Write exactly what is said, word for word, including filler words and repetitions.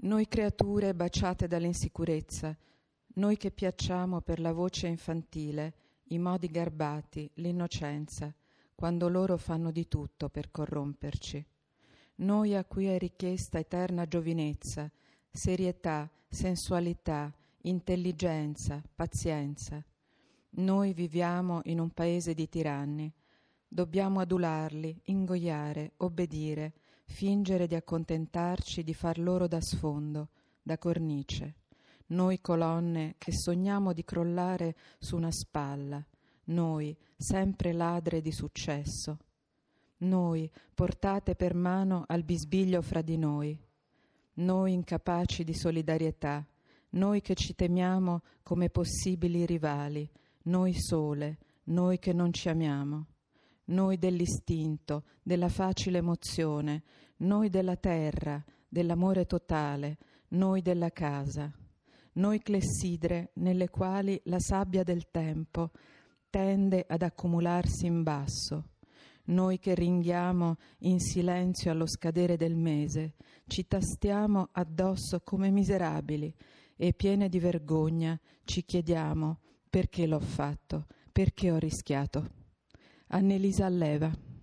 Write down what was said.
Noi creature baciate dall'insicurezza, noi che piacciamo per la voce infantile, i modi garbati, l'innocenza, quando loro fanno di tutto per corromperci. Noi a cui è richiesta eterna giovinezza, serietà, sensualità, intelligenza, pazienza. Noi viviamo in un paese di tiranni. Dobbiamo adularli, ingoiare, obbedire, fingere di accontentarci di far loro da sfondo, da cornice. Noi colonne che sogniamo di crollare su una spalla, noi sempre ladre di successo. Noi portate per mano al bisbiglio fra di noi, noi incapaci di solidarietà, noi che ci temiamo come possibili rivali, noi sole, noi che non ci amiamo, noi dell'istinto, della facile emozione, noi della terra, dell'amore totale, noi della casa, noi clessidre nelle quali la sabbia del tempo tende ad accumularsi in basso, noi che ringhiamo in silenzio allo scadere del mese, ci tastiamo addosso come miserabili e piene di vergogna ci chiediamo perché l'ho fatto, perché ho rischiato. Annelisa Alleva.